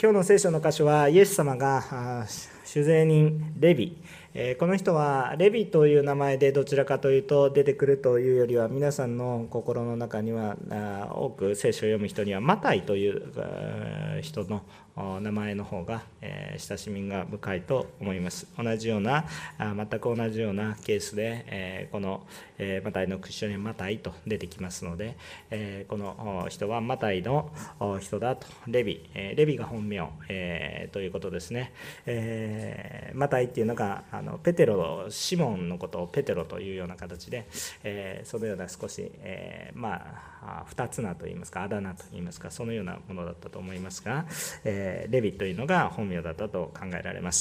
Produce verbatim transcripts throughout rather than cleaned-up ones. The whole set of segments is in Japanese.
今日の聖書の箇所はイエス様が主税人レビ、この人はレビという名前でどちらかというと出てくるというよりは、皆さんの心の中には多く聖書を読む人にはマタイという人の名前の方が親しみが深いと思います。同じような全く同じようなケースでこのマタイのクッションにマタイと出てきますので、この人はマタイの人だと。レビレビが本名ということですね。マタイっていうのがあのペテロ、シモンのことをペテロというような形で、えー、そのような少し、えー、まあ二つ名といいますか、あだ名といいますか、そのようなものだったと思いますが、えー、レビというのが本名だったと考えられます。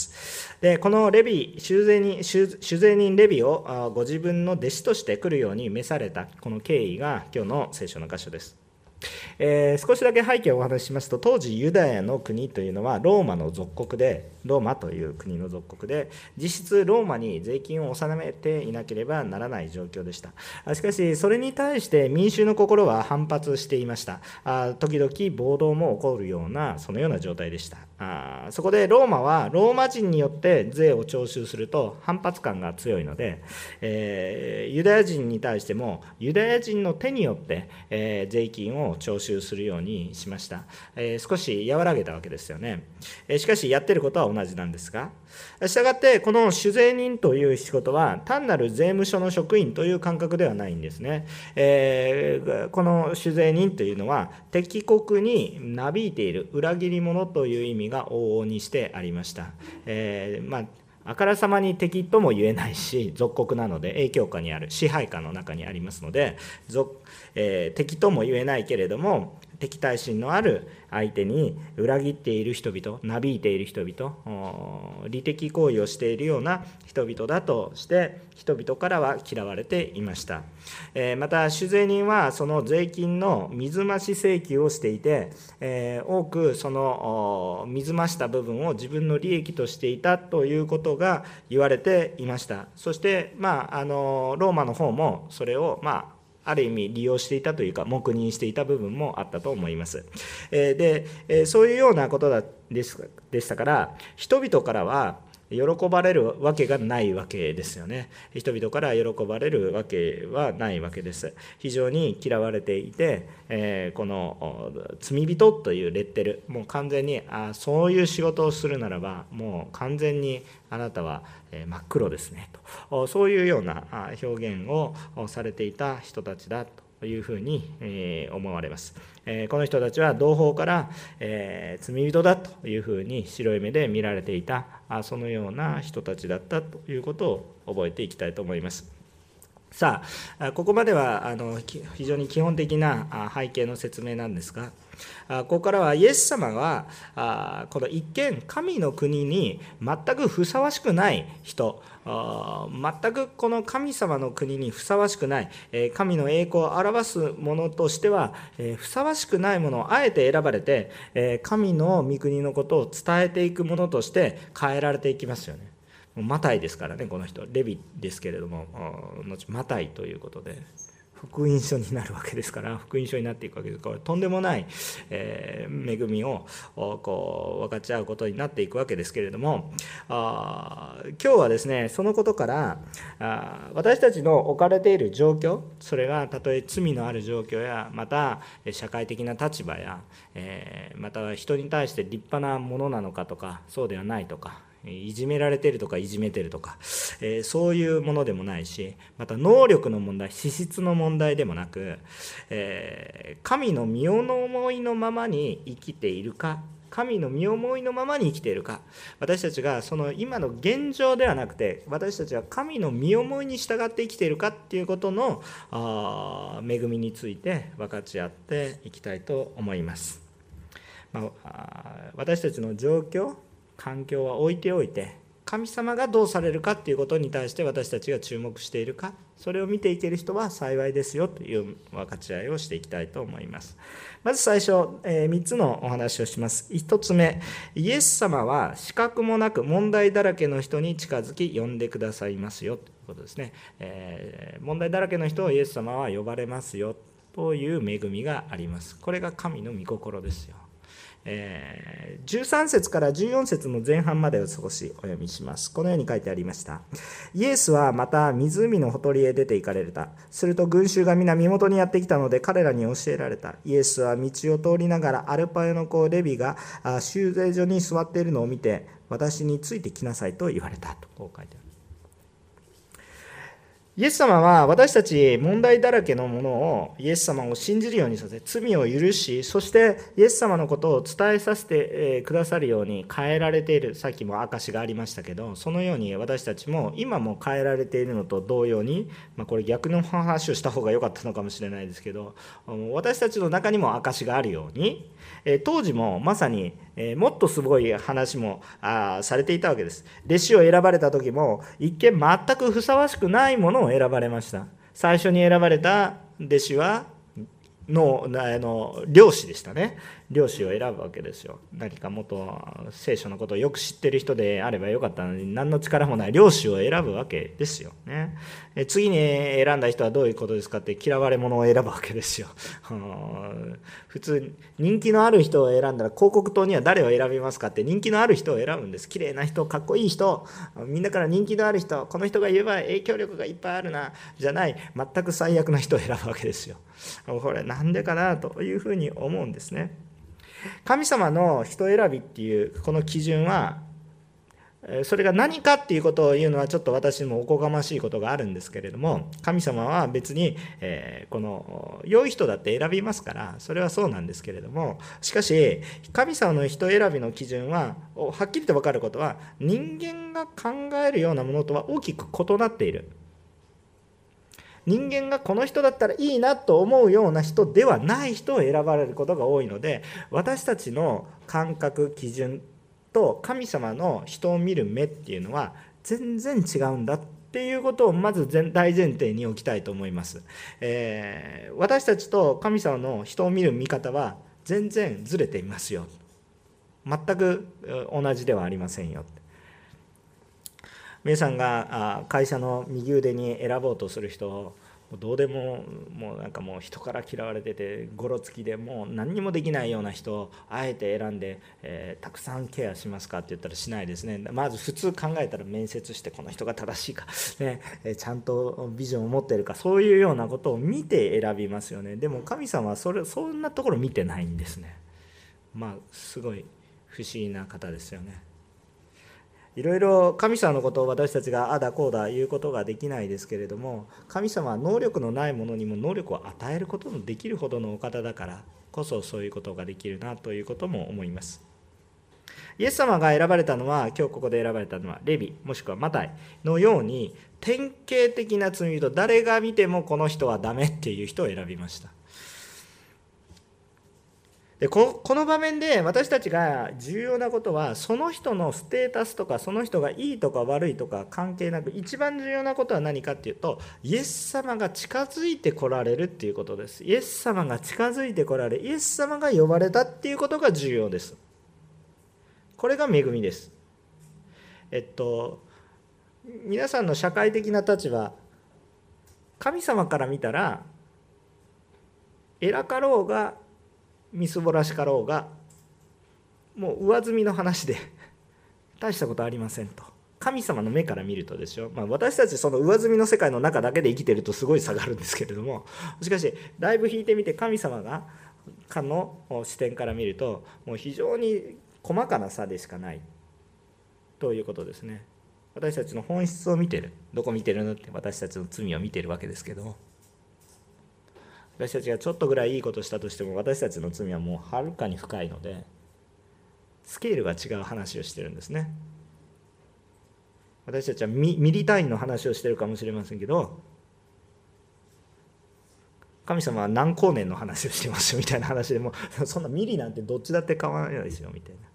で、このレビ、主税人、主税人レビをご自分の弟子として来るように召されたこの経緯が今日の聖書の箇所です。えー、少しだけ背景をお話ししますと、当時ユダヤの国というのはローマの属国で、ローマという国の属国で、実質ローマに税金を納めていなければならない状況でした。しかしそれに対して民衆の心は反発していました。あ時々暴動も起こるような、そのような状態でした。あそこでローマはローマ人によって税を徴収すると反発感が強いので、えー、ユダヤ人に対してもユダヤ人の手によって、えー、税金を徴収するようにしました。えー、少し和らげたわけですよね。えー、しかしやってることは同じなんですが、したがってこの主税人という仕事は単なる税務署の職員という感覚ではないんですね。えー、この主税人というのは敵国になびいている裏切り者という意味が往々にしてありました。えー、まああからさまに敵とも言えないし、属国なので影響下にある支配下の中にありますので、えー、敵とも言えないけれども敵対心のある相手に裏切っている人々、なびいている人々、利敵行為をしているような人々だとして人々からは嫌われていました。また主税人はその税金の水増し請求をしていて、多くその水増した部分を自分の利益としていたということが言われていました。そして、まあ、あのローマの方もそれをまあある意味利用していたというか黙認していた部分もあったと思います。で、そういうようなことでしたから、人々からは喜ばれるわけがないわけですよね。人々から喜ばれるわけはないわけです。非常に嫌われていて、えー、この罪人というレッテル、もう完全にあそういう仕事をするならばもう完全にあなたは真っ黒ですねと、そういうような表現をされていた人たちだというふうに思われます。この人たちは同胞から罪人だというふうに白い目で見られていた、そのような人たちだったということを覚えていきたいと思います。さあ、ここまではあの非常に基本的な背景の説明なんですが、ここからはイエス様がこの一見神の国に全くふさわしくない人、全くこの神様の国にふさわしくない、神の栄光を表すものとしてはふさわしくないものをあえて選ばれて、神の御国のことを伝えていくものとして変えられていきますよね。マタイですからね、この人レビですけれども、後マタイということで福音書になるわけですから、福音書になっていくわけですから、とんでもない、えー、恵みをこう分かち合うことになっていくわけですけれども、あ今日はですね、そのことからあ私たちの置かれている状況、それがたとえ罪のある状況や、また社会的な立場や、えー、または人に対して立派なものなのかとか、そうではないとか、いじめられているとかいじめているとか、えー、そういうものでもないし、また能力の問題、資質の問題でもなく、えー、神の身思いのままに生きているか、神の身思いのままに生きているか、私たちがその今の現状ではなくて、私たちは神の身思いに従って生きているかっていうことのあ恵みについて分かち合っていきたいと思います。まあ、私たちの状況、環境は置いておいて、神様がどうされるかということに対して私たちが注目しているか、それを見ていける人は幸いですよという分かち合いをしていきたいと思います。まず最初、えー、みっつのお話をします。ひとつめ、イエス様は資格もなく問題だらけの人に近づき呼んでくださいますよということですね。えー、問題だらけの人をイエス様は呼ばれますよという恵みがあります。これが神の御心ですよ。 えー、じゅうさん節からじゅうよん節の前半までを少しお読みします。このように書いてありました。イエスはまた湖のほとりへ出て行かれた。すると群衆が皆身元にやってきたので彼らに教えられた。イエスは道を通りながらアルパヨの子レビが修税所に座っているのを見て、私についてきなさいと言われたとこう書いてある。イエス様は私たち問題だらけのものをイエス様を信じるようにさせ、罪を許し、そしてイエス様のことを伝えさせてくださるように変えられている。さっきも証がありましたけど、そのように私たちも今も変えられているのと同様に、まあ、これ逆の話をした方が良かったのかもしれないですけど、私たちの中にも証があるように、当時もまさにもっとすごい話もされていたわけです。弟子を選ばれた時も一見全くふさわしくないものを選ばれました。最初に選ばれた弟子はのあの漁師でしたね。漁師を選ぶわけですよ。何かもっと聖書のことをよく知ってる人であればよかったのに、何の力もない漁師を選ぶわけですよね。え次に選んだ人はどういうことですかって、嫌われ者を選ぶわけですよ。普通人気のある人を選んだら、広告塔には誰を選びますかって、人気のある人を選ぶんです。綺麗な人、かっこいい人、みんなから人気のある人、この人が言えば影響力がいっぱいあるなじゃない、全く最悪な人を選ぶわけですよ。これなんでかなというふうに思うんですね。神様の人選びっていうこの基準は、それが何かっていうことを言うのはちょっと私もおこがましいことがあるんですけれども、神様は別に、えー、この良い人だって選びますから、それはそうなんですけれども、しかし神様の人選びの基準ははっきりと分かることは、人間が考えるようなものとは大きく異なっている。人間がこの人だったらいいなと思うような人ではない人を選ばれることが多いので、私たちの感覚基準と神様の人を見る目っていうのは全然違うんだっていうことをまず大前提に置きたいと思います。えー、私たちと神様の人を見る見方は全然ずれていますよ。全く同じではありませんよ。皆さんが会社の右腕に選ぼうとする人を、どうでももうなんかもう人から嫌われててゴロつきでもう何にもできないような人をあえて選んで、えー、たくさんケアしますかって言ったらしないですね。まず普通考えたら面接して、この人が正しいか、ね、ちゃんとビジョンを持っているか、そういうようなことを見て選びますよね。でも神様はそれそんなところ見てないんですね。まあすごい不思議な方ですよね。いろいろ神様のことを私たちがあだこうだ言うことができないですけれども、神様は能力のない者にも能力を与えることのできるほどのお方だからこそ、そういうことができるなということも思います。イエス様が選ばれたのは、今日ここで選ばれたのはレビもしくはマタイのように典型的な罪人、誰が見てもこの人はダメっていう人を選びました。で こ, この場面で私たちが重要なことは、その人のステータスとかその人がいいとか悪いとか関係なく、一番重要なことは何かっていうと、イエス様が近づいてこられるっていうことです。イエス様が近づいてこられ、イエス様が呼ばれたっていうことが重要です。これが恵みです。えっと皆さんの社会的な立場、神様から見たら偉かろうがみすぼらしかろうが、もう上積みの話で大したことありませんと。神様の目から見るとですよ、まあ、私たちその上積みの世界の中だけで生きてるとすごい差があるんですけれども、しかしだいぶ引いてみて神様がかの視点から見ると、もう非常に細かな差でしかないということですね。私たちの本質を見てる。どこ見てるのって、私たちの罪を見てるわけですけども、私たちがちょっとぐらいいいことしたとしても、私たちの罪はもうはるかに深いので、スケールが違う話をしてるんですね。私たちは ミ, ミリ単位の話をしてるかもしれませんけど、神様は何光年の話をしてますよみたいな話でも、そんなミリなんてどっちだって変わらないですよみたいな。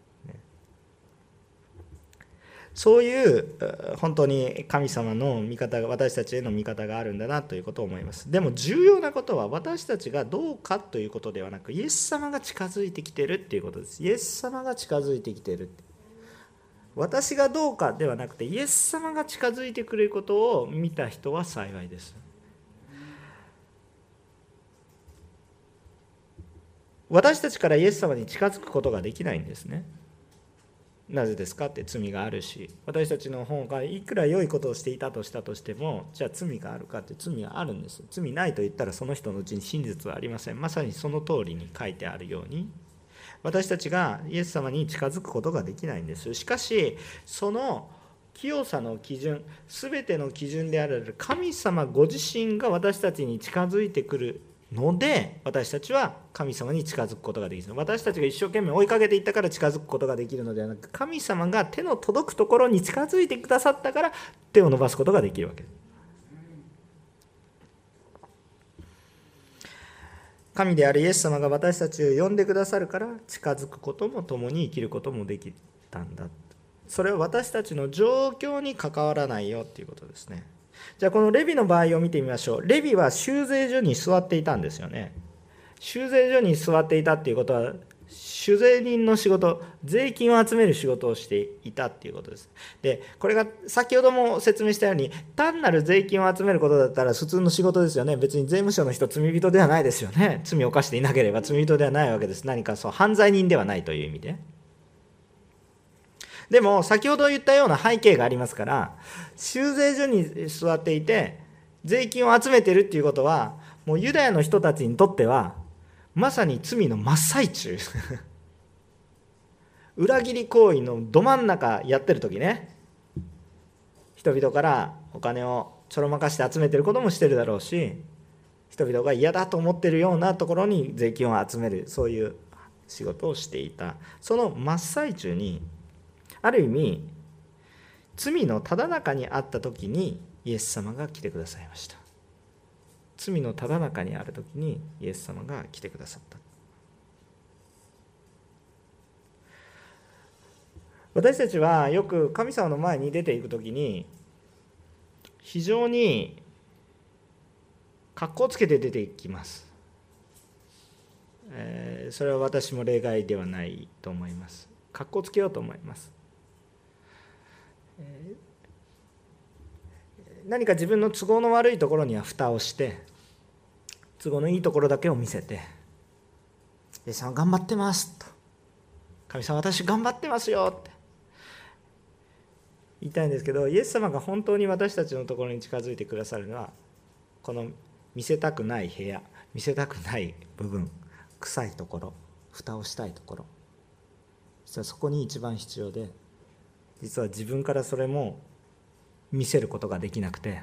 そういう本当に神様の見方が、私たちへの見方があるんだなということを思います。でも重要なことは、私たちがどうかということではなく、イエス様が近づいてきてるっていうことです。イエス様が近づいてきてる。私がどうかではなくて、イエス様が近づいてくれることを見た人は幸いです。 私たちからイエス様に近づくことができないんですね。なぜですかって、罪があるし、私たちの方がいくら良いことをしていたとしたとしても、じゃあ罪があるかって、罪があるんです。罪ないと言ったらその人のうちに真実はありません。まさにその通りに書いてあるように、私たちがイエス様に近づくことができないんです。しかしその清さの基準、すべての基準である神様ご自身が私たちに近づいてくるので、私たちは神様に近づくことができる。私たちが一生懸命追いかけていったから近づくことができるのではなく、神様が手の届くところに近づいてくださったから手を伸ばすことができるわけです。神であるイエス様が私たちを呼んでくださるから近づくことも共に生きることもできたんだ。それは私たちの状況に関わらないよっていうことですね。じゃあこのレビの場合を見てみましょう。レビは修税所に座っていたんですよね。修税所に座っていたっていうことは、酒税人の仕事、税金を集める仕事をしていたっていうことです。で、これが先ほども説明したように、単なる税金を集めることだったら普通の仕事ですよね。別に税務署の人、罪人ではないですよね。罪を犯していなければ罪人ではないわけです。何かそう犯罪人ではないという意味で。でも先ほど言ったような背景がありますから、修税所に座っていて税金を集めているっていうことは、もうユダヤの人たちにとってはまさに罪の真っ最中裏切り行為のど真ん中やってる時ね、人々からお金をちょろまかして集めてることもしてるだろうし、人々が嫌だと思ってるようなところに税金を集める、そういう仕事をしていた。その真っ最中に、ある意味罪のただ中にあった時にイエス様が来てくださいました。罪のただ中にある時にイエス様が来てくださった。私たちはよく神様の前に出ていく時に非常に格好つけて出ていきます。えー、それは私も例外ではないと思います。格好つけようと思います。何か自分の都合の悪いところには蓋をして、都合のいいところだけを見せて、イエス様頑張ってますと、神様私頑張ってますよって言いたいんですけど、イエス様が本当に私たちのところに近づいてくださるのは、この見せたくない部屋、見せたくない部分、臭いところ、蓋をしたいところ、実はそこに一番必要で、実は自分からそれも見せることができなくて、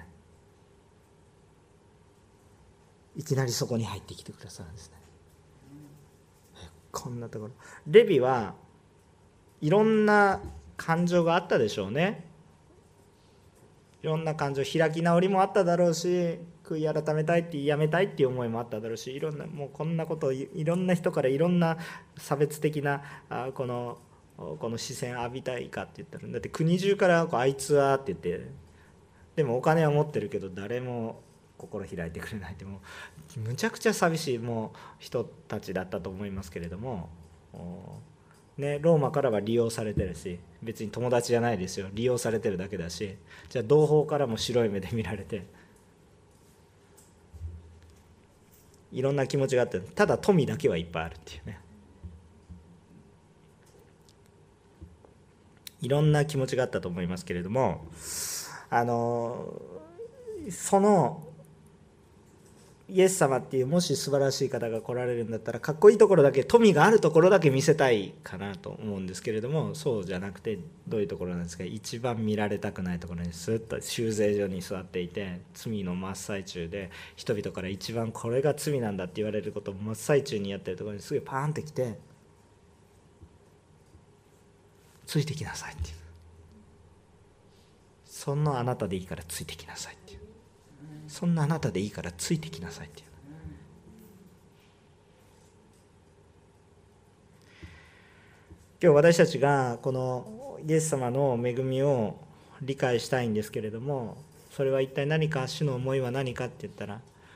いきなりそこに入ってきてくださるんですね。こんなところ、レビはいろんな感情があったでしょうね。いろんな感情、開き直りもあっただろうし、悔い改めたいってやめたいっていう思いもあっただろうし、いろんな、もうこんなことをいろんな人からいろんな差別的なあこのこの視線浴びたいかって言ったら、だって国中からあいつはって言って、でもお金は持ってるけど誰も心開いてくれないって、もうむちゃくちゃ寂しいもう人たちだったと思いますけれども、ね、ローマからは利用されてるし、別に友達じゃないですよ、利用されてるだけだし、じゃあ同胞からも白い目で見られて、いろんな気持ちがあって、ただ富だけはいっぱいあるっていうね、いろんな気持ちがあったと思いますけれども、あのそのイエス様っていうもし素晴らしい方が来られるんだったら、かっこいいところだけ、富があるところだけ見せたいかなと思うんですけれども、そうじゃなくて、どういうところなんですか。一番見られたくないところにスッと修税所に座っていて、罪の真っ最中で、人々から一番これが罪なんだって言われることを真っ最中にやってるところにすぐパーンってきて、ついてきなさいっていう、そんなあなたでいいからついてきなさいっていう、そんなあなたでいいからついてきなさいっていう。今日私たちがこのイエス様の恵みを理解したいんですけれども、それは一体何か、主の思いは何かって言ったら、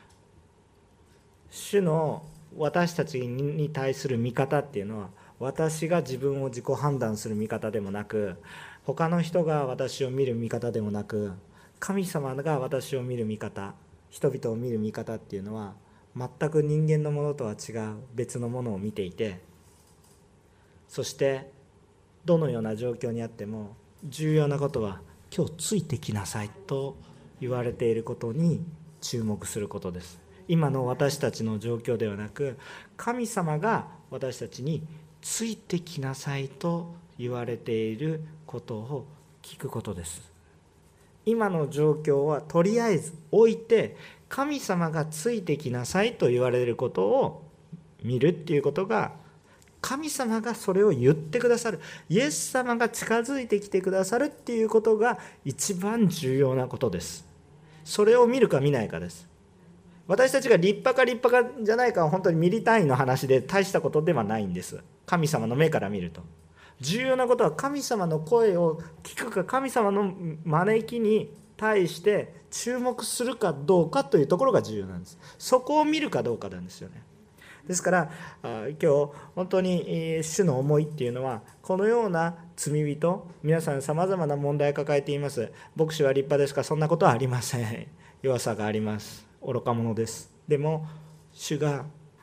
主の私たちに対する見方っていうのは、私が自分を自己判断する見方でもなく、他の人が私を見る見方でもなく、神様が私を見る見方、人々を見る見方っていうのは、 全く人間のものとは違う別のものを見ていて、そしてどのような状況にあっても重要なことは今日ついてきなさいと言われていることに注目することです。今の私たちの状況ではなく、神様が私たちについてきなさいと言われていることを聞くことです。今の状況はとりあえず置いて、神様がついてきなさいと言われることを見るっていうことが、神様がそれを言ってくださる、イエス様が近づいてきてくださるっていうことが一番重要なことです。それを見るか見ないかです。私たちが立派か立派かじゃないかは本当にミリ単位の話で大したことではないんです。神様の目から見ると重要なことは、神様の声を聞くか、神様の招きに対して注目するかどうかというところが重要なんです。そこを見るかどうかなんですよね。ですから今日本当に主の思いっていうのは、このような罪人、皆さんさまざまな問題を抱えています。牧師は立派ですか？そんなことはありません。弱さがあります。愚か者です。でも主が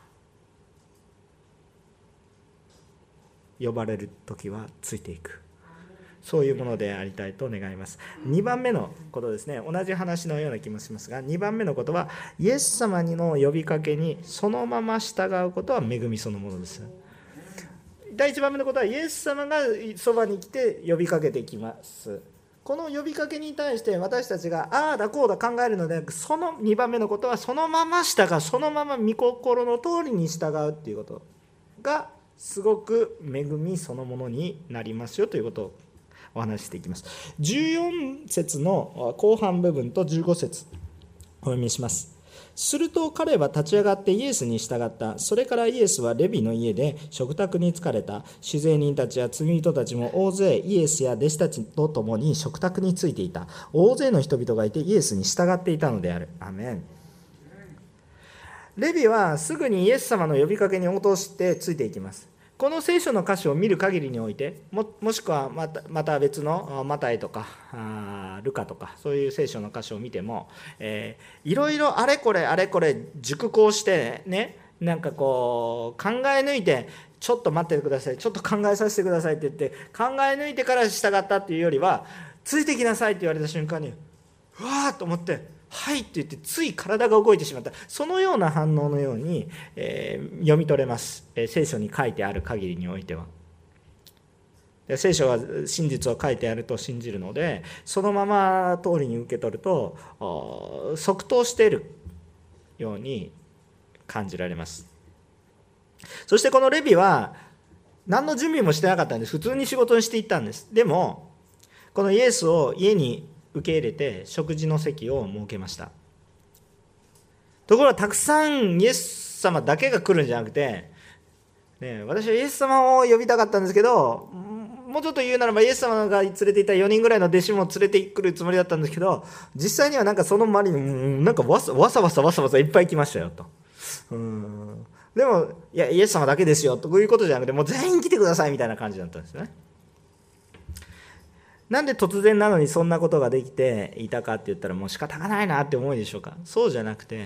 呼ばれる時はついていく、そういうものでありたいと願います。にばんめのことですね、同じ話のような気もしますが、にばんめのことは、イエス様の呼びかけにそのまま従うことは恵みそのものです。だいいちばんめのことは、イエス様がそばに来て呼びかけてきます。この呼びかけに対して私たちがああだこうだ考えるのではなく、そのにばんめのことはそのまま従う、そのまま御心の通りに従うっていうことがすごく恵みそのものになりますよということをお話ししていきます。じゅうよん節の後半部分とじゅうご節お読みします。すると彼は立ち上がってイエスに従った。それからイエスはレビの家で食卓に疲れた。酒税人たちや罪人たちも大勢イエスや弟子たちと共に食卓についていた。大勢の人々がいてイエスに従っていたのである。アメン。レビはすぐにイエス様の呼びかけに応答してついていきます。この聖書の箇所を見る限りにおいて、 も, もしくはま た, また別のマタイとかあルカとかそういう聖書の箇所を見ても、えー、いろいろあれこれあれこれ熟考してね、なんかこう考え抜いて、ちょっと待っててください、ちょっと考えさせてくださいって言って考え抜いてから従ったっていうよりは、ついてきなさいって言われた瞬間にうわーと思ってはいって言ってつい体が動いてしまった、そのような反応のように、えー、読み取れます、えー、聖書に書いてある限りにおいては。で聖書は真実を書いてあると信じるので、そのまま通りに受け取ると即答しているように感じられます。そしてこのレビは何の準備もしてなかったんです。普通に仕事にしていったんです。でもこのイエスを家に受け入れて食事の席を設けました。ところがたくさんイエス様だけが来るんじゃなくて、ね、私はイエス様を呼びたかったんですけど、もうちょっと言うならばイエス様が連れていたよにんぐらいの弟子も連れてくるつもりだったんですけど、実際にはなんかその周りになんかわさわさわさわさわさいっぱい来ましたよと。うーんでもいやイエス様だけですよということじゃなくて、もう全員来てくださいみたいな感じだったんですね。なんで突然なのにそんなことができていたかって言ったら、もう仕方がないなって思いでしょうか。そうじゃなくて、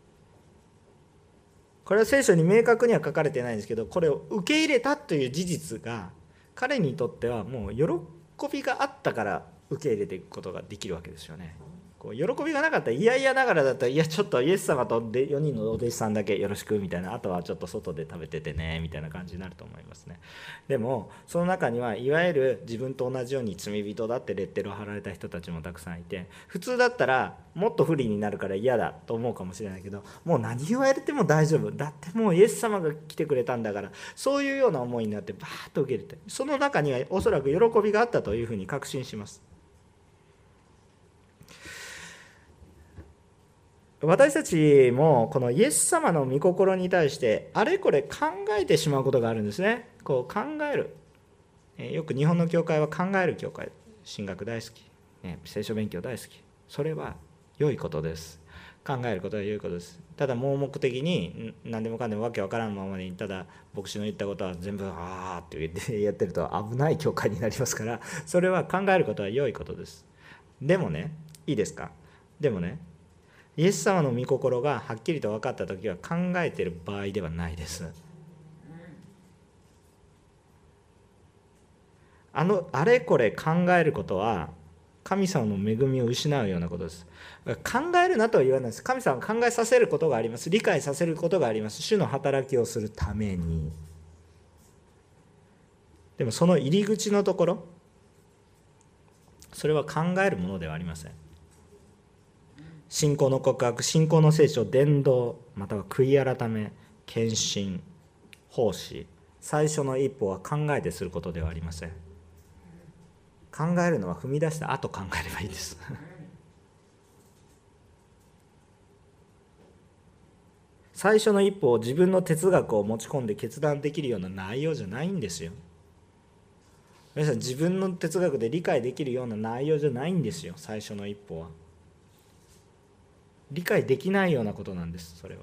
これは聖書に明確には書かれてないんですけど、これを受け入れたという事実が彼にとってはもう喜びがあったから受け入れていくことができるわけですよね。こう喜びがなかったら、いやいやながらだったら、いやちょっとイエス様とよにんのお弟子さんだけよろしくみたいな、あとはちょっと外で食べててねみたいな感じになると思いますね。でもその中にはいわゆる自分と同じように罪人だってレッテルを貼られた人たちもたくさんいて、普通だったらもっと不利になるから嫌だと思うかもしれないけど、もう何言われても大丈夫だって、もうイエス様が来てくれたんだから、そういうような思いになってバーッと受け入れて、その中にはおそらく喜びがあったというふうに確信します。私たちもこのイエス様の御心に対してあれこれ考えてしまうことがあるんですね。こう考える、よく日本の教会は考える教会、神学大好き、聖書勉強大好き、それは良いことです。考えることは良いことです。ただ盲目的に何でもかんでもわけわからんままに、ただ牧師の言ったことは全部あーって言ってやってると危ない教会になりますから、それは考えることは良いことです。でもね、いいですか、でもね、 イエス様の御心がはっきりと分かったときは考えている場合ではないです。あのあれこれ考えることは神様の恵みを失うようなことです。考えるなとは言わないです。神様は考えさせることがあります。理解させることがあります。主の働きをするために。でもその入り口のところ、それは考えるものではありません。信仰の告白、信仰の聖書、伝道、または悔い改め、献身、奉仕、最初の一歩は考えてすることではありません。考えるのは踏み出した後考えればいいです最初の一歩を自分の哲学を持ち込んで決断できるような内容じゃないんですよ。皆さん、自分の哲学で理解できるような内容じゃないんですよ。最初の一歩は理解できないようなことなんです。それは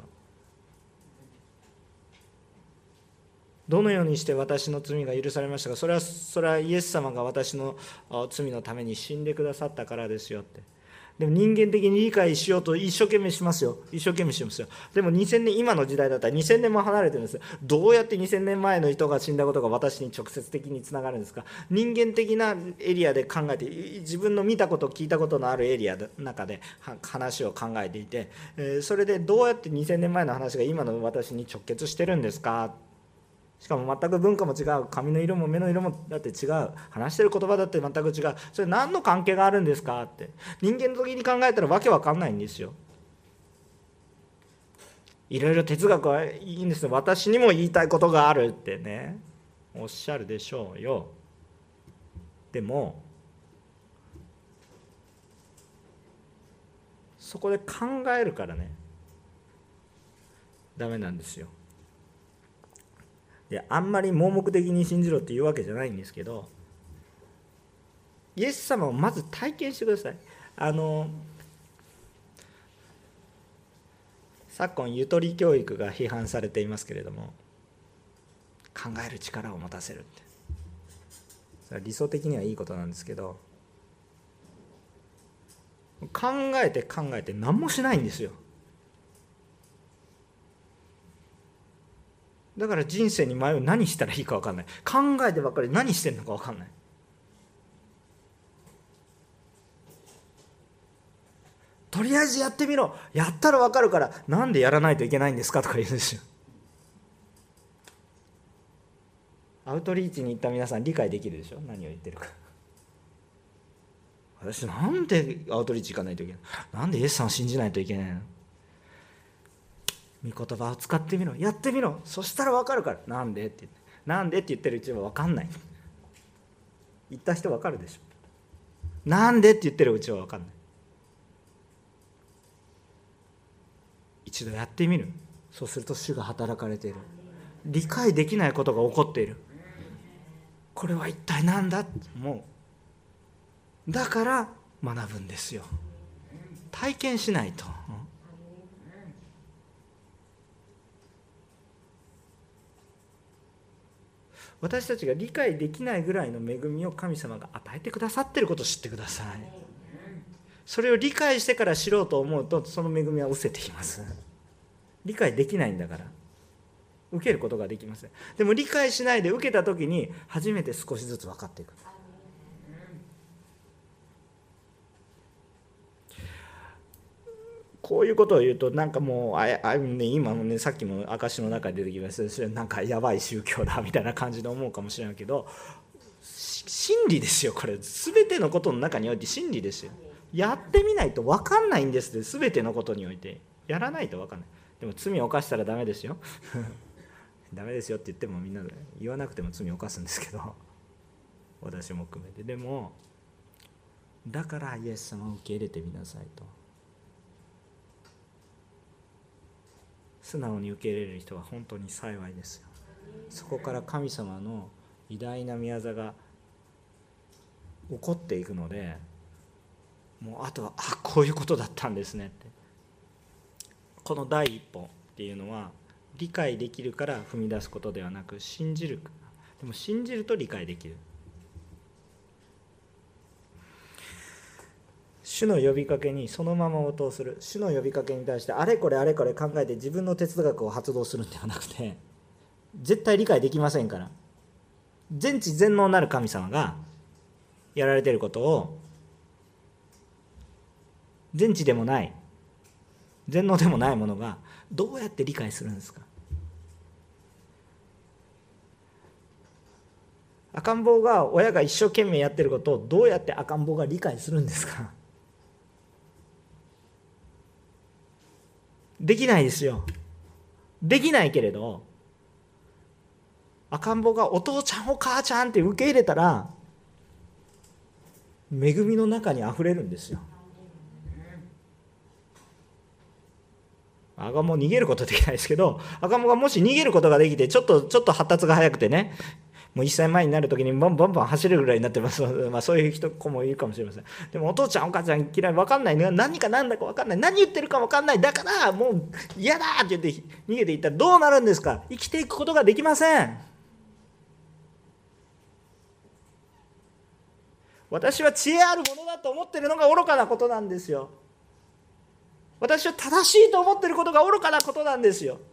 どのようにして私の罪が許されましたか。それはそれはイエス様が私の罪のために死んでくださったからですよって。でも人間的に理解しようと一生懸命しますよ。一生懸命しますよ。でもにせんねん、今の時代だったらにせんねんも離れてるんです。どうやってにせんねんまえの人が死んだことが私に直接的につながるんですか。人間的なエリアで考えて、自分の見たこと聞いたことのあるエリアの中で話を考えていて、それでどうやってにせんねんまえの話が今の私に直結してるんですか。しかも全く文化も違う、髪の色も目の色もだって違う、話してる言葉だって全く違う、それ何の関係があるんですかって。人間的に考えたらわけわかんないんですよ。いろいろ哲学はいいんですよ。私にも言いたいことがあるってねおっしゃるでしょうよ。でもそこで考えるからねダメなんですよ。であんまり盲目的に信じろっていうわけじゃないんですけど、イエス様をまず体験してください。あの昨今ゆとり教育が批判されていますけれども、考える力を持たせるって、それは理想的にはいいことなんですけど、考えて考えて何もしないんですよ。だから人生に迷う、何したらいいか分かんない、考えてばっかり何してんのか分かんない。とりあえずやってみろ、やったら分かるから、なんでやらないといけないんですかとか言うんですよ。アウトリーチに行った皆さん理解できるでしょ、何を言ってるか。私なんでアウトリーチ行かないといけない、なんでイエスさんを信じないといけないの。御言葉を使ってみろ、やってみろ、そしたら分かるから。なんでって言って、なんでって言ってるうちは分かんない。言った人分かるでしょ。なんでって言ってるうちは分かんない。一度やってみる。そうすると主が働かれている。理解できないことが起こっている。これは一体何だって思う。だから学ぶんですよ。体験しないと。私たちが理解できないぐらいの恵みを神様が与えてくださっていることを知ってください。それを理解してから知ろうと思うと、その恵みは失せてきます。理解できないんだから受けることができません。でも理解しないで受けた時に初めて少しずつ分かっていく。こういうことを言うとなんかもうああ、ね、今のねさっきも証の中で出てきましたそれなんかやばい宗教だみたいな感じで思うかもしれないけど、真理ですよ。これ全てのことの中において真理ですよ。やってみないと分かんないんですって。全てのことにおいてやらないと分かんない。でも罪を犯したらダメですよダメですよって言ってもみんな言わなくても罪を犯すんですけど、私も含めて。でもだからイエス様を受け入れてみなさいと。素直に受け入れる人は本当に幸いですよ。そこから神様の偉大な宮座が起こっていくので、もうあとはあこういうことだったんですねって。この第一歩っていうのは理解できるから踏み出すことではなく、信じる。でも信じると理解できる。 主の呼びかけにそのまま応答する。主の呼びかけに対してあれこれあれこれ考えて自分の哲学を発動するんではなくて、絶対理解できませんから、全知全能なる神様がやられていることを全知でもない全能でもないものがどうやって理解するんですか。赤ん坊が親が一生懸命やってることをどうやって赤ん坊が理解するんですか。できないですよ。できないけれど、赤ん坊がお父ちゃんお母ちゃんって受け入れたら恵みの中にあふれるんですよ。赤ん坊逃げることできないですけど、赤ん坊がもし逃げることができてちょっとちょっと発達が早くてね、もういっさいまえになるときにバンバンバン走れるぐらいになってます、まあ、そういう人子もいるかもしれません。でもお父ちゃんお母ちゃん嫌い、分かんないね、何か何だか分かんない、何言ってるか分かんない、だからもう嫌だって言って逃げていったらどうなるんですか。生きていくことができません。私は知恵あるものだと思っているのが愚かなことなんですよ。私は正しいと思っていることが愚かなことなんですよ。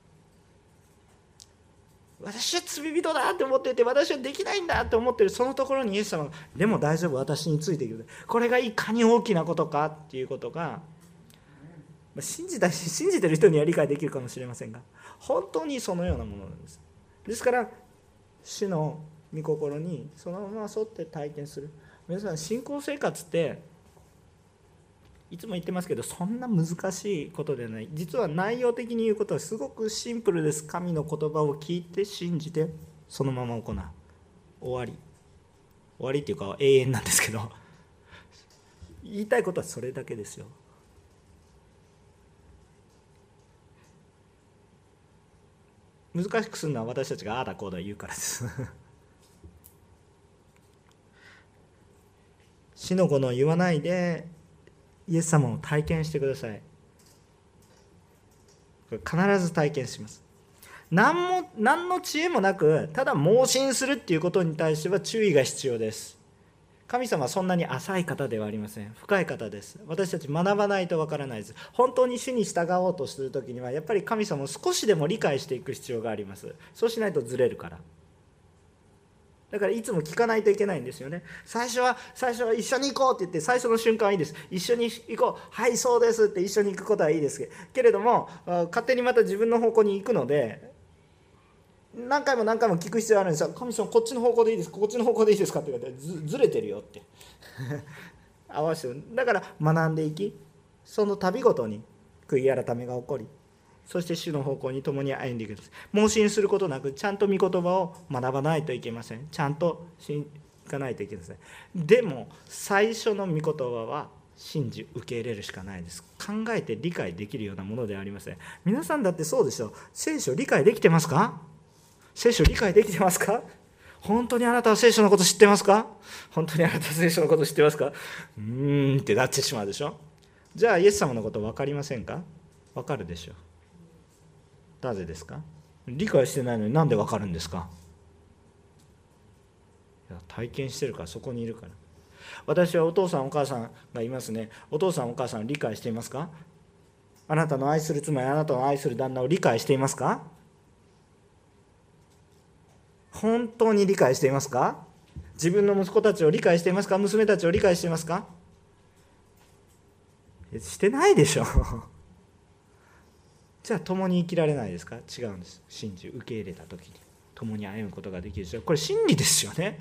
私は罪人だって思っていて、私はできないんだって思っているそのところにイエス様がでも大丈夫、私についていく。これがいかに大きなことかっていうことが信じた信じてる人には理解できるかもしれませんが、本当にそのようなものなんです。ですから主の御心にそのまま沿って体験する。皆さん、信仰生活っていつも言ってますけど、そんな難しいことではない。実は内容的に言うことはすごくシンプルです。神の言葉を聞いて信じてそのまま行う。終わり終わりっていうか永遠なんですけど、言いたいことはそれだけですよ。難しくするのは私たちがああだこうだ言うからです死の子の言わないでイエス様を体験してください。必ず体験します。何も何の知恵もなくただ盲信するっていうことに対しては注意が必要です。神様はそんなに浅い方ではありません。深い方です。私たち学ばないとわからないです。本当に主に従おうとするときにはやっぱり神様を少しでも理解していく必要があります。そうしないとずれるから。だからいつも聞かないといけないんですよね。最初は最初は一緒に行こうって言って最初の瞬間はいいです。一緒に行こう、はいそうですって一緒に行くことはいいですけれども、勝手にまた自分の方向に行くので何回も何回も聞く必要があるんですよ。神様こっちの方向でいいですか、こっちの方向でいいですかって言われて ず, ずれてるよって合わせて、だから学んでいき、その度ごとに悔い改めが起こり、そして主の方向に共に歩んでいくんです。盲信することなくちゃんと御言葉を学ばないといけません。ちゃんといかないといけません。でも最初の御言葉は信じ受け入れるしかないです。考えて理解できるようなものではありません。皆さんだってそうでしょう。聖書理解できてますか？聖書理解できてますか？本当にあなたは聖書のこと知ってますか？本当にあなたは聖書のこと知ってますか？うーんってなってしまうでしょ。じゃあイエス様のこと分かりませんか？分かるでしょう。なぜですか？理解してないのになんで分かるんですか？いや体験してるから、そこにいるから。私はお父さんお母さんがいますね。お父さんお母さん理解していますか？あなたの愛する妻やあなたの愛する旦那を理解していますか？本当に理解していますか？自分の息子たちを理解していますか？娘たちを理解していますか？してないでしょじゃあ共に生きられないですか？違うんです。信じ受け入れた時に共に歩むことができるでしょう。これ真理ですよね。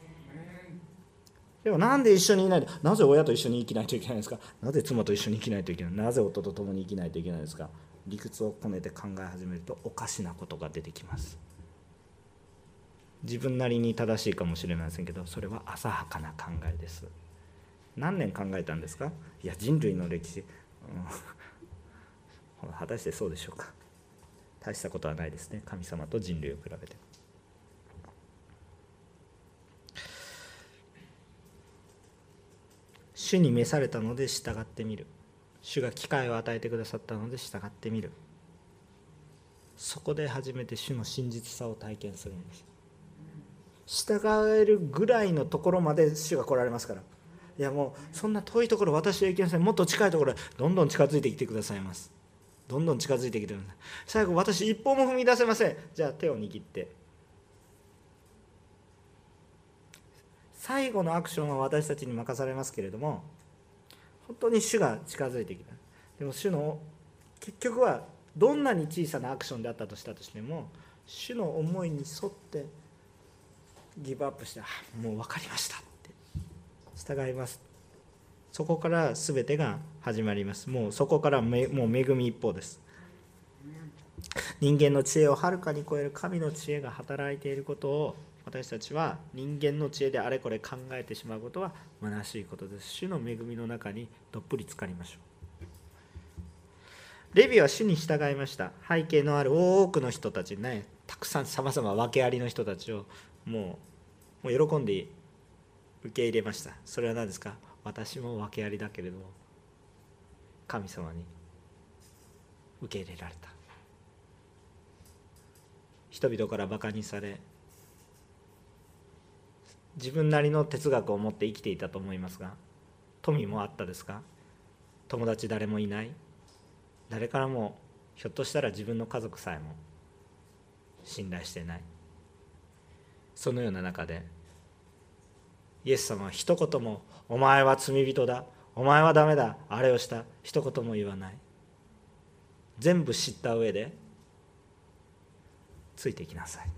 でもなんで一緒にいないで、なぜ親と一緒に生きないといけないんですか？なぜ妻と一緒に生きないといけない？なぜ夫と共に生きないといけないんですか？理屈を込めて考え始めるとおかしなことが出てきます。自分なりに正しいかもしれませんけど、それは浅はかな考えです。何年考えたんですか？いや人類の歴史、うん果たしてそうでしょうか。大したことはないですね。神様と人類を比べて。主に召されたので従ってみる。主が機会を与えてくださったので従ってみる。そこで初めて主の真実さを体験するんです。従えるぐらいのところまで主が来られますから。 いやもうそんな遠いところ私は行けません、もっと近いところへどんどん近づいてきてくださいます。どんどん近づいてきてください。最後私一歩も踏み出せません、じゃあ手を握って、最後のアクションは私たちに任されますけれども、本当に主が近づいてきた。でも主の結局はどんなに小さなアクションであったとしたとしても、主の思いに沿ってギブアップして、あもう分かりましたって従います。そこから全てが始まります。もうそこからめもう恵み一方です。人間の知恵をはるかに超える神の知恵が働いていることを、私たちは人間の知恵であれこれ考えてしまうことは虚しいことです。主の恵みの中にどっぷり浸かりましょう。レビは主に従いました。背景のある多くの人たちね、たくさんさまざま訳ありの人たちをもう、もう喜んで受け入れました。それは何ですか？私も訳ありだけれども神様に受け入れられた。人々からバカにされ、自分なりの哲学を持って生きていたと思いますが、富もあったですか？友達誰もいない、誰からもひょっとしたら自分の家族さえも信頼していない。そのような中でイエス様は一言もお前は罪人だ、お前はダメだ、あれをした、一言も言わない。全部知った上でついていきなさい。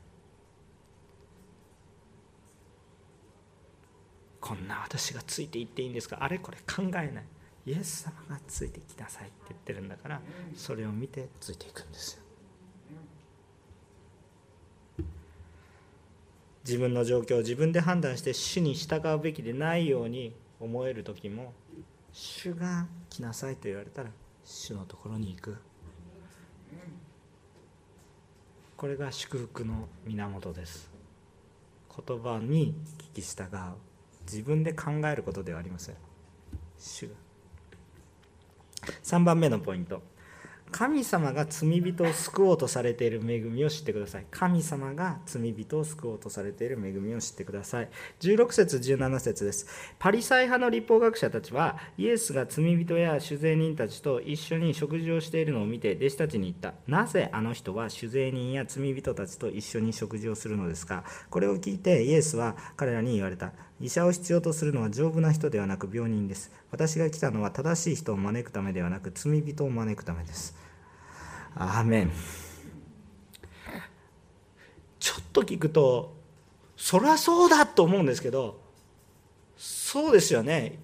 こんな私がついていっていいんですか、あれこれ考えない。イエス様がついてきなさいって言ってるんだから、それを見てついていくんですよ。自分の状況を自分で判断して主に従うべきでないように思える時も、主が来なさいと言われたら主のところに行く。これが祝福の源です。言葉に聞き従う、自分で考えることではありません。主が。さんばんめのポイント、神様が罪人を救おうとされている恵みを知ってください。神様が罪人を救おうとされている恵みを知ってください。じゅうろく節じゅうなな節です。パリサイ派の律法学者たちはイエスが罪人や酒税人たちと一緒に食事をしているのを見て弟子たちに言った。なぜあの人は酒税人や罪人たちと一緒に食事をするのですか。これを聞いてイエスは彼らに言われた。医者を必要とするのは丈夫な人ではなく病人です。私が来たのは正しい人を招くためではなく罪人を招くためです。アーメン。ちょっと聞くとそりゃそうだと思うんですけど、そうですよね。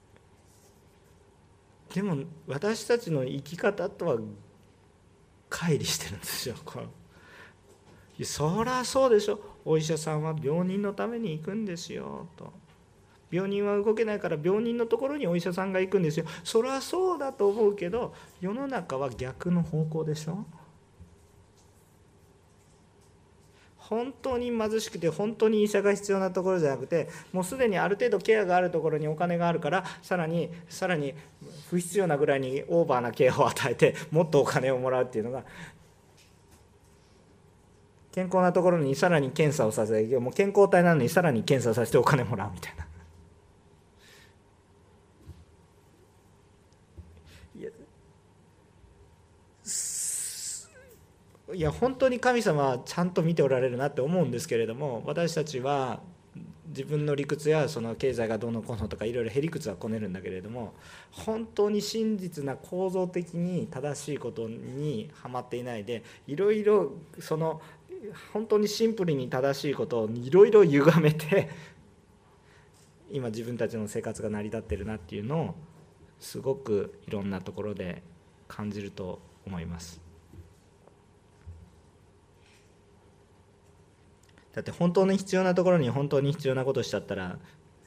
でも私たちの生き方とは乖離してるんですよ。これそりゃそうでしょ、お医者さんは病人のために行くんですよと。病人は動けないから病人のところにお医者さんが行くんですよ。そりゃそうだと思うけど、世の中は逆の方向でしょ。本当に貧しくて本当に医者が必要なところじゃなくて、もうすでにある程度ケアがあるところにお金があるから、さらにさらに不必要なぐらいにオーバーなケアを与えてもっとお金をもらうっていうのが、健康なところにさらに検査をさせて、もう健康体なのにさらに検査させてお金もらうみたいな。いやいや本当に神様はちゃんと見ておられるなって思うんですけれども、私たちは自分の理屈やその経済がどうのこうのとかいろいろへりくつはこねるんだけれども、本当に真実な構造的に正しいことにはまっていないで、いろいろその本当にシンプルに正しいことをいろいろ歪めて今自分たちの生活が成り立ってるなっていうのをすごくいろんなところで感じると思います。だって本当に必要なところに本当に必要なことしちゃったら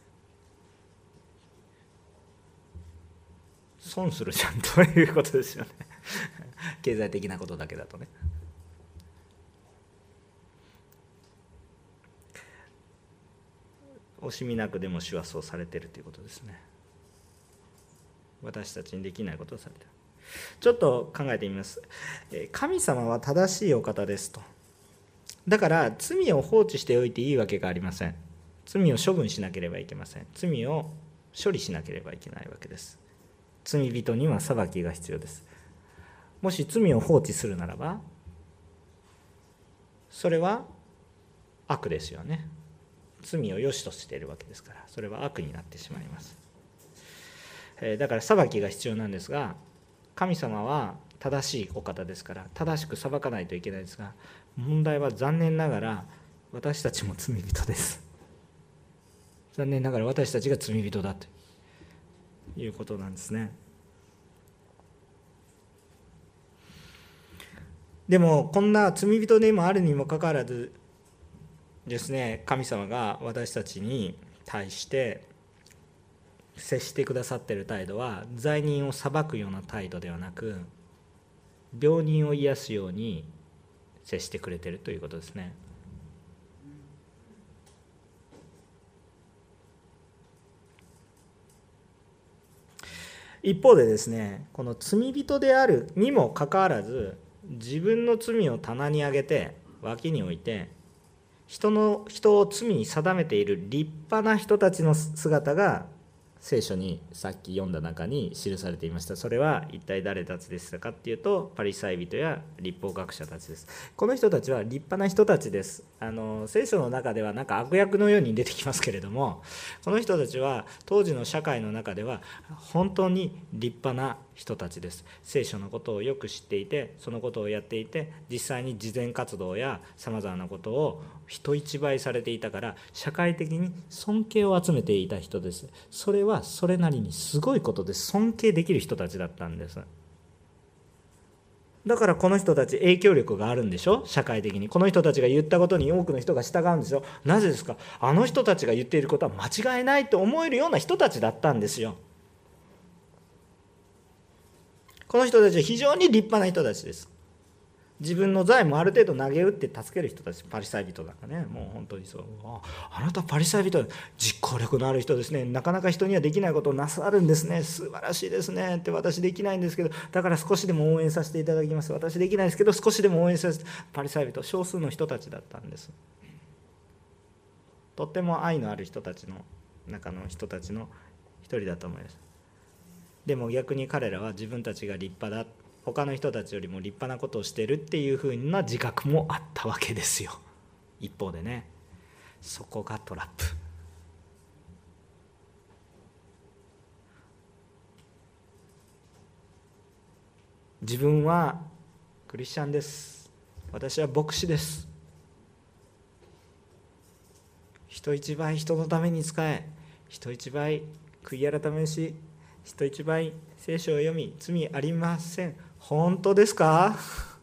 損するじゃんということですよね経済的なことだけだとね。惜しみなくでも主はそうされているということですね。私たちにできないことをされている。ちょっと考えてみます。神様は正しいお方ですと。だから罪を放置しておいていいわけがありません。罪を処分しなければいけません。罪を処理しなければいけないわけです。罪人には裁きが必要です。もし罪を放置するならば、それは悪ですよね。罪を良しとしているわけですから、それは悪になってしまいます。だから裁きが必要なんですが、神様は正しいお方ですから正しく裁かないといけないですが、問題は残念ながら私たちも罪人です。残念ながら私たちが罪人だということなんですね。でもこんな罪人でもあるにもかかわらずですね、神様が私たちに対して接してくださっている態度は、罪人を裁くような態度ではなく、病人を癒すように接してくれているということですね。一方でですね、この罪人であるにもかかわらず、自分の罪を棚に上げて脇に置いて、人の人を罪に定めている立派な人たちの姿が聖書にさっき読んだ中に記されていました。それは一体誰たちでしたかっていうと、パリサイ人や律法学者たちです。この人たちは立派な人たちです。あの聖書の中ではなんか悪役のように出てきますけれども、この人たちは当時の社会の中では本当に立派な人たちです。聖書のことをよく知っていて、そのことをやっていて、実際に慈善活動やさまざまなことを人一倍されていたから、社会的に尊敬を集めていた人です。それはそれなりにすごいことです。尊敬できる人たちだったんです。だからこの人たち影響力があるんでしょ、社会的に。この人たちが言ったことに多くの人が従うんですよ。なぜですか。あの人たちが言っていることは間違いないと思えるような人たちだったんですよ。この人たちは非常に立派な人たちです。自分の財もある程度投げ打って助ける人たち、パリサイ人だからね、もう本当にそう。あ、あなたパリサイ人、実行力のある人ですね、なかなか人にはできないことをなさるんですね、素晴らしいですねって、私できないんですけど、だから少しでも応援させていただきます、私できないですけど少しでも応援させて、パリサイ人、少数の人たちだったんです。とっても愛のある人たちの中の人たちの一人だと思います。でも逆に彼らは自分たちが立派だ、他の人たちよりも立派なことをしているっていうふうな自覚もあったわけですよ。一方でね、そこがトラップ。自分はクリスチャンです、私は牧師です、人一倍人のために仕え、人一倍悔い改めし、人一倍聖書を読み、罪ありません。本当ですか？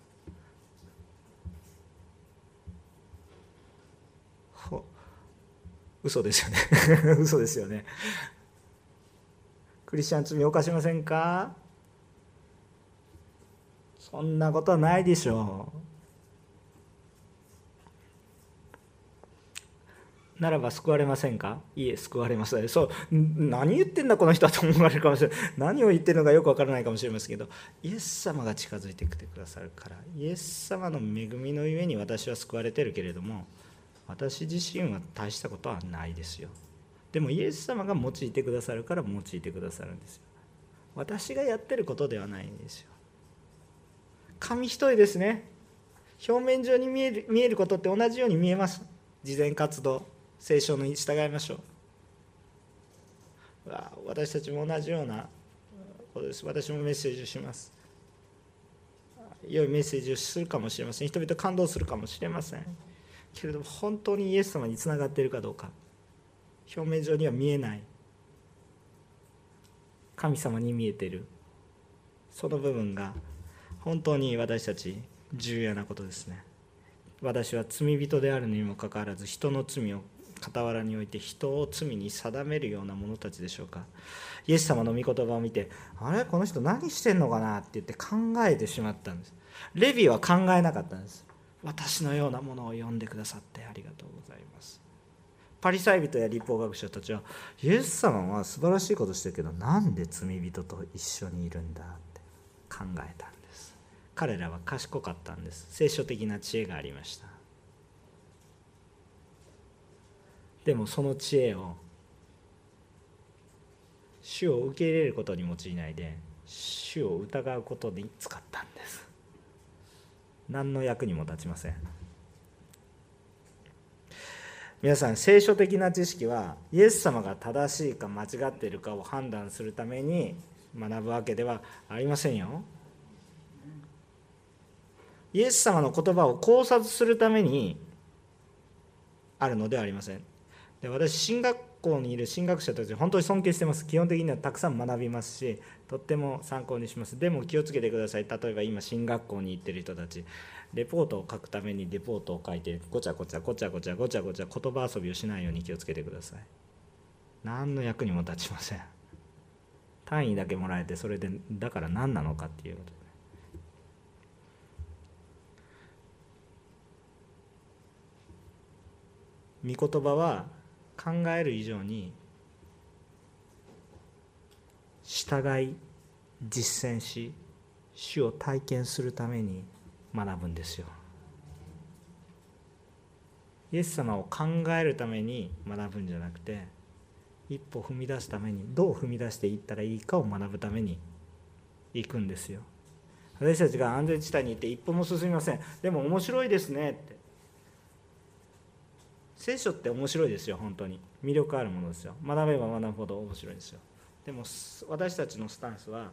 嘘ですよね嘘ですよね。クリスチャン罪を犯しませんか？そんなことはないでしょう。ならば救われませんか？いえ、救われます。そう、何言ってんだこの人はと思われるかもしれない。何を言ってるのかよくわからないかもしれませんけど、イエス様が近づいてきてくださるから、イエス様の恵みのゆえに私は救われてるけれども、私自身は大したことはないですよ。でもイエス様が用いてくださるから用いてくださるんですよ。私がやってることではないんですよ。紙一重ですね。表面上に見える、見えることって同じように見えます。慈善活動、聖書に従いましょう。私たちも同じようなことです。私もメッセージをします。良いメッセージをするかもしれません。人々感動するかもしれませんけれども、本当にイエス様につながっているかどうか、表面上には見えない、神様に見えている、その部分が本当に私たち重要なことですね。私は罪人であるにもかかわらず、人の罪を傍らに置いて人を罪に定めるような者たちでしょうか。イエス様の御言葉を見て、あれこの人何してんのかなって言って考えてしまったんです。レビは考えなかったんです。私のようなものを読んでくださってありがとうございます。パリサイ人や律法学者たちは、イエス様は素晴らしいことしてるけど、なんで罪人と一緒にいるんだって考えたんです。彼らは賢かったんです。聖書的な知恵がありました。でもその知恵を主を受け入れることに用いないで主を疑うことに使ったんです。何の役にも立ちません。皆さん、聖書的な知識はイエス様が正しいか間違っているかを判断するために学ぶわけではありませんよ。イエス様の言葉を考察するためにあるのではありません。で、私進学校にいる進学者たち本当に尊敬してます。基本的にはたくさん学びますし、とっても参考にします。でも気をつけてください。例えば今進学校に行ってる人たち、レポートを書くためにレポートを書いてごちゃごちゃごちゃごちゃごちゃごちゃ言葉遊びをしないように気をつけてください。何の役にも立ちません。単位だけもらえてそれでだから何なのかっていうことで、御言葉は考える以上に従い実践し主を体験するために学ぶんですよ。イエス様を考えるために学ぶんじゃなくて、一歩踏み出すためにどう踏み出していったらいいかを学ぶために行くんですよ。私たちが安全地帯に行って一歩も進みません。でも面白いですねって。聖書って面白いですよ。本当に魅力あるものですよ。学べば学ぶほど面白いですよ。でも私たちのスタンスは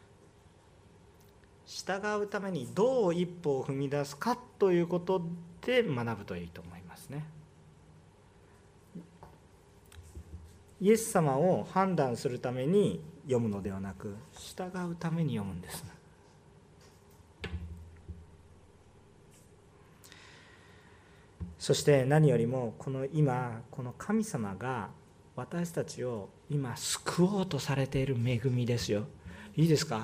従うためにどう一歩を踏み出すかということで学ぶといいと思いますね。イエス様を判断するために読むのではなく、従うために読むんです。そして何よりもこの今この神様が私たちを今救おうとされている恵みですよ。いいですか。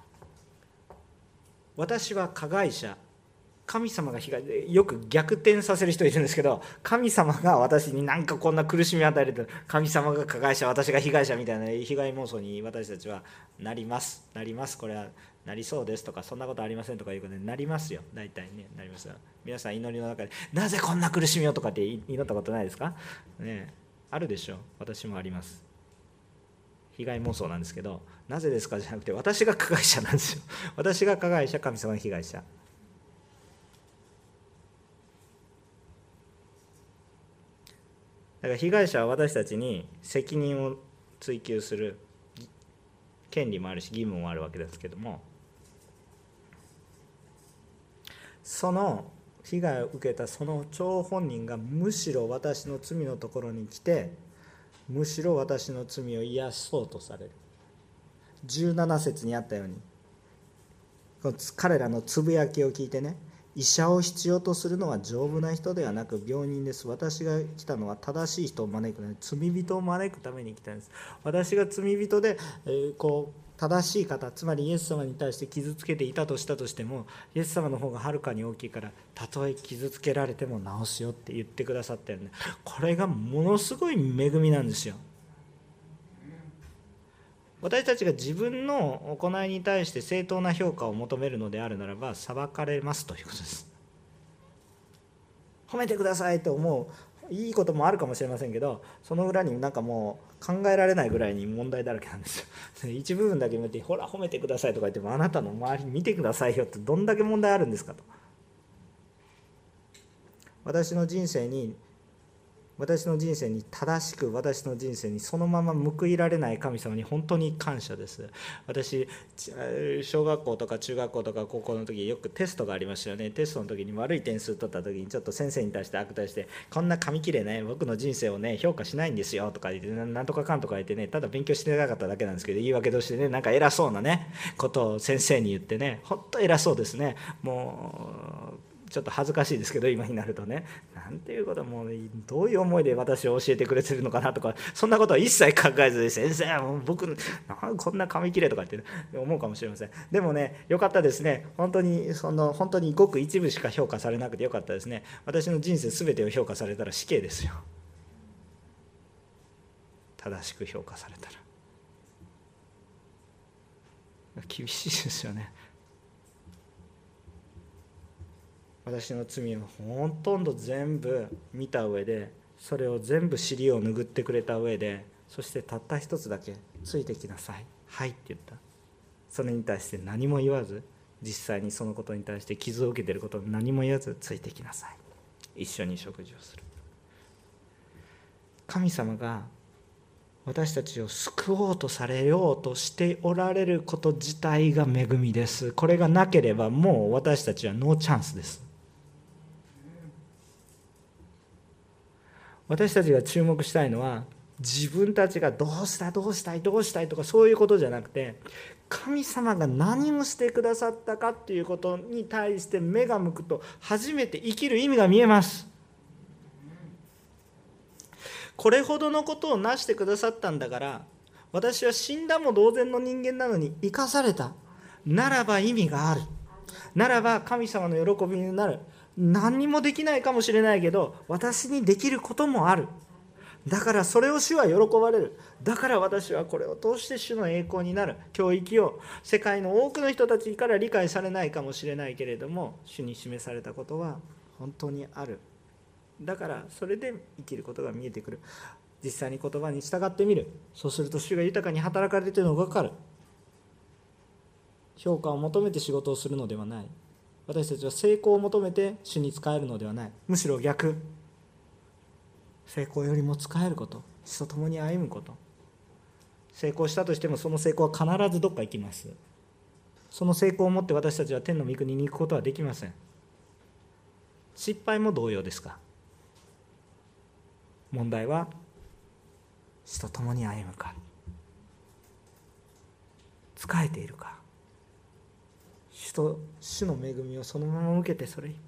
私は加害者、神様が被害で、よく逆転させる人いるんですけど、神様が私に何かこんな苦しみを与えると、神様が加害者、私が被害者みたいな被害妄想に私たちはなりますなりますこれはなりそうですとか、そんなことありませんとかいうことでなりますよ。大体ね、なりますよ。皆さん祈りの中でなぜこんな苦しみをとかって祈ったことないですかね。あるでしょう。私もあります。被害妄想なんですけど、なぜですかじゃなくて、私が加害者なんですよ。私が加害者、神様が被害者。だから被害者は私たちに責任を追及する権利もあるし義務もあるわけですけども、その被害を受けたその張本人がむしろ私の罪のところに来て、むしろ私の罪を癒そうとされる。じゅうなな節にあったように、この彼らのつぶやきを聞いてね、医者を必要とするのは丈夫な人ではなく病人です。私が来たのは正しい人を招くので、罪人を招くために来たんです。私が罪人で、えー、こう正しい方、つまりイエス様に対して傷つけていたとしたとしても、イエス様の方がはるかに大きいから、たとえ傷つけられても治すよって言ってくださったよね。これがものすごい恵みなんですよ。私たちが自分の行いに対して正当な評価を求めるのであるならば、裁かれますということです。褒めてくださいと思ういいこともあるかもしれませんけど、その裏になんかもう考えられないぐらいに問題だらけなんですよ。一部分だけ見て、ほら褒めてくださいとか言っても、あなたの周り見てくださいよってどんだけ問題あるんですかと。私の人生に私の人生に正しく、私の人生にそのまま報いられない神様に本当に感謝です。私、小学校とか中学校とか高校の時、よくテストがありましたよね。テストの時に悪い点数取った時に、ちょっと先生に対して悪態して、こんな紙切れね、僕の人生をね評価しないんですよとか言って、なんとかかんとか言ってね、ただ勉強してなかっただけなんですけど、言い訳としてね、なんか偉そうなねことを先生に言ってね、本当偉そうですね。もうちょっと恥ずかしいですけど、今になるとね、なんていうこと、もうどういう思いで私を教えてくれてるのかなとか、そんなことは一切考えずに、先生もう僕なんこんな紙切れとかって、ね、思うかもしれません。でもね、よかったですね。本当にその本当にごく一部しか評価されなくてよかったですね。私の人生全てを評価されたら死刑ですよ。正しく評価されたら厳しいですよね。私の罪をほとんど全部見た上で、それを全部尻を拭ってくれた上で、 そしてたった一つだけ、ついてきなさい、はいって言った。それに対して何も言わず、実際にそのことに対して傷を受けていることを何も言わず、ついてきなさい、一緒に食事をする。神様が私たちを救おうとされようとしておられること自体が恵みです。これがなければもう私たちはノーチャンスです。私たちが注目したいのは、自分たちがどうしたどうしたいどうしたいとかそういうことじゃなくて、神様が何をしてくださったかっていうことに対して目が向くと、初めて生きる意味が見えます。これほどのことをなしてくださったんだから、私は死んだも同然の人間なのに生かされたならば意味がある、ならば神様の喜びになる。何にもできないかもしれないけど、私にできることもある。だからそれを主は喜ばれる。だから私はこれを通して主の栄光になる。今日生きよう。世界の多くの人たちから理解されないかもしれないけれども、主に示されたことは本当にある。だからそれで生きることが見えてくる。実際に言葉に従ってみる。そうすると主が豊かに働かれているのが分かる。評価を求めて仕事をするのではない。私たちは成功を求めて主に仕えるのではない。むしろ逆。成功よりも仕えること、主と共に歩むこと。成功したとしてもその成功は必ずどっか行きます。その成功を持って私たちは天の御国に行くことはできません。失敗も同様ですか。問題は主と共に歩むか、仕えているか、主と主の恵みをそのまま受けて、それ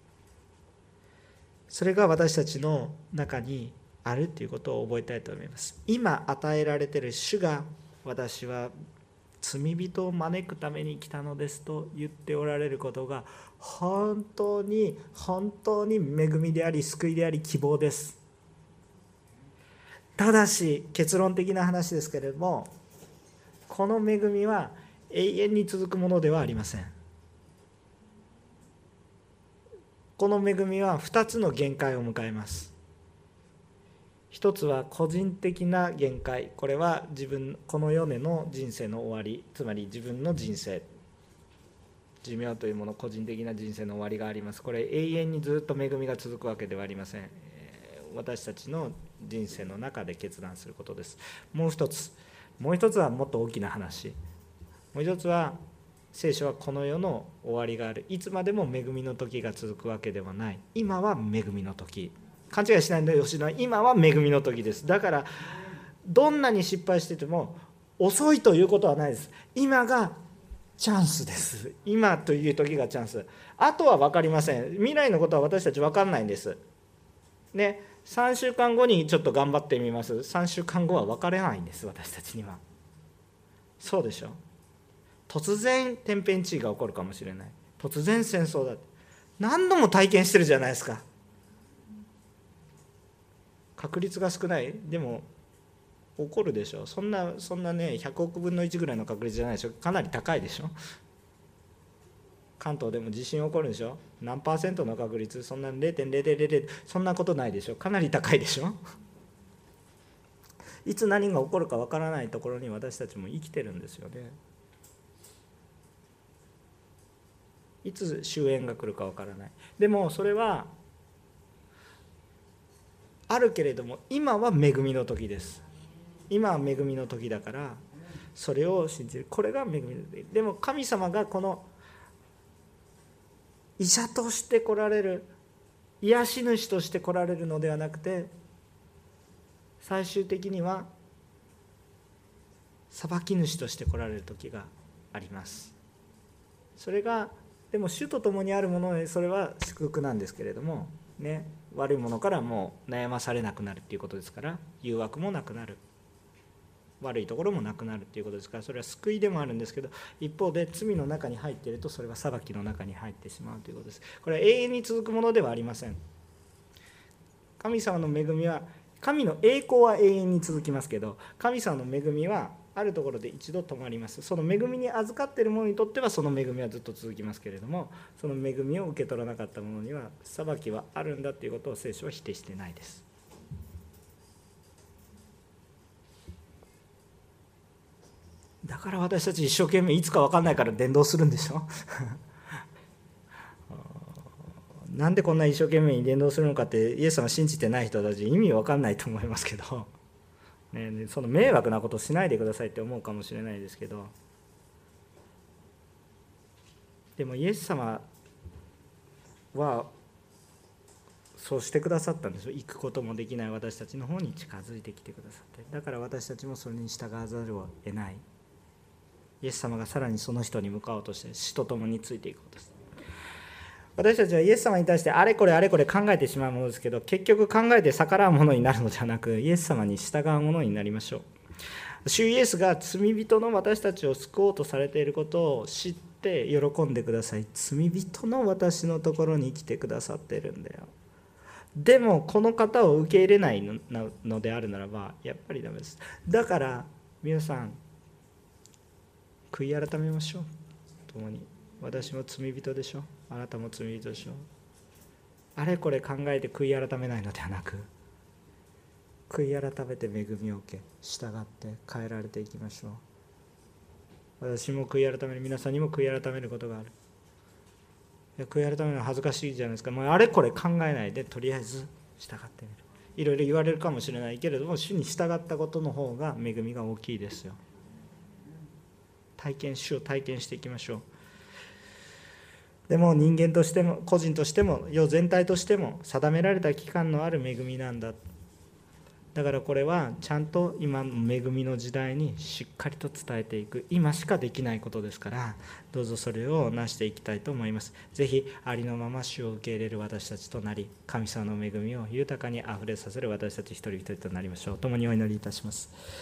それが私たちの中にあるということを覚えたいと思います。今与えられている主が、私は罪人を招くために来たのですと言っておられることが、本当に本当に恵みであり救いであり希望です。ただし結論的な話ですけれども、この恵みは永遠に続くものではありません。この恵みはふたつの限界を迎えます。一つは個人的な限界。これは自分この世での人生の終わり、つまり自分の人生、寿命というもの、個人的な人生の終わりがあります。これ永遠にずっと恵みが続くわけではありません。私たちの人生の中で決断することです。もう一つもう一つはもっと大きな話。もう一つは聖書はこの世の終わりがある。いつまでも恵みの時が続くわけではない。今は恵みの時。勘違いしないでほしいのは、今は恵みの時です。だからどんなに失敗してても遅いということはないです。今がチャンスです。今という時がチャンス。あとは分かりません。未来のことは私たち分かんないんですね。さんしゅうかんごにちょっと頑張ってみます。さんしゅうかんごは分からないんです。私たちには。そうでしょ。突然天変地異が起こるかもしれない。突然戦争だって何度も体験してるじゃないですか。確率が少ない。でも起こるでしょ。そんなそんなねひゃくおくぶんのいちぐらいの確率じゃないでしょ。かなり高いでしょ。関東でも地震起こるでしょ。何パーセントの確率、そんな ゼロてんゼロゼロゼロゼロ そんなことないでしょ。かなり高いでしょ。いつ何が起こるかわからないところに私たちも生きてるんですよね。いつ終焉が来るかわからない。でもそれはあるけれども、今は恵みの時です。今は恵みの時だからそれを信じる。これが恵みの時。でも神様がこの医者として来られる、癒し主として来られるのではなくて、最終的には裁き主として来られる時があります。それがでも主と共にあるもので、それは祝福なんですけれどもね、悪いものからもう悩まされなくなるっていうことですから、誘惑もなくなる、悪いところもなくなるっていうことですから、それは救いでもあるんですけど、一方で罪の中に入っているとそれは裁きの中に入ってしまうということです。これは永遠に続くものではありません。神様の恵みは、神の栄光は永遠に続きますけど、神様の恵みはあるところで一度止まります。その恵みに預かっている者にとってはその恵みはずっと続きますけれども、その恵みを受け取らなかった者には裁きはあるんだということを聖書は否定してないです。 から私たち一生懸命いつか分かんないから伝道するんでしょなんでこんな一生懸命に伝道するのかってイエス様信じてない人たち意味分かんないと思いますけど、ね、その迷惑なことしないでくださいって思うかもしれないですけど、でもイエス様はそうしてくださったんですよ。行くこともできない私たちの方に近づいてきてくださって、だから私たちもそれに従わざるを得ない。イエス様がさらにその人に向かおうとして死と共についていこうとして、私たちはイエス様に対してあれこれあれこれ考えてしまうものですけど、結局考えて逆らうものになるのではなく、イエス様に従うものになりましょう。主イエスが罪人の私たちを救おうとされていることを知って喜んでください。罪人の私のところに来てくださっているんだよ。でもこの方を受け入れないのであるならばやっぱりダメです。だから皆さん悔い改めましょう。共に私も罪人でしょ、あなたも罪人でしょ。あれこれ考えて悔い改めないのではなく、悔い改めて恵みを受け従って変えられていきましょう。私も悔い改める、皆さんにも悔い改めることがある。いや悔い改めるのは恥ずかしいじゃないですか。もうあれこれ考えないでとりあえず従ってみる。いろいろ言われるかもしれないけれども、主に従ったことの方が恵みが大きいですよ。体験、主を体験していきましょう。でも人間としても個人としても世全体としても定められた期間のある恵みなんだ。だからこれはちゃんと今の恵みの時代にしっかりと伝えていく、今しかできないことですから、どうぞそれをなしていきたいと思います。ぜひありのまま主を受け入れる私たちとなり、神様の恵みを豊かにあふれさせる私たち一人一人となりましょう。共にお祈りいたします。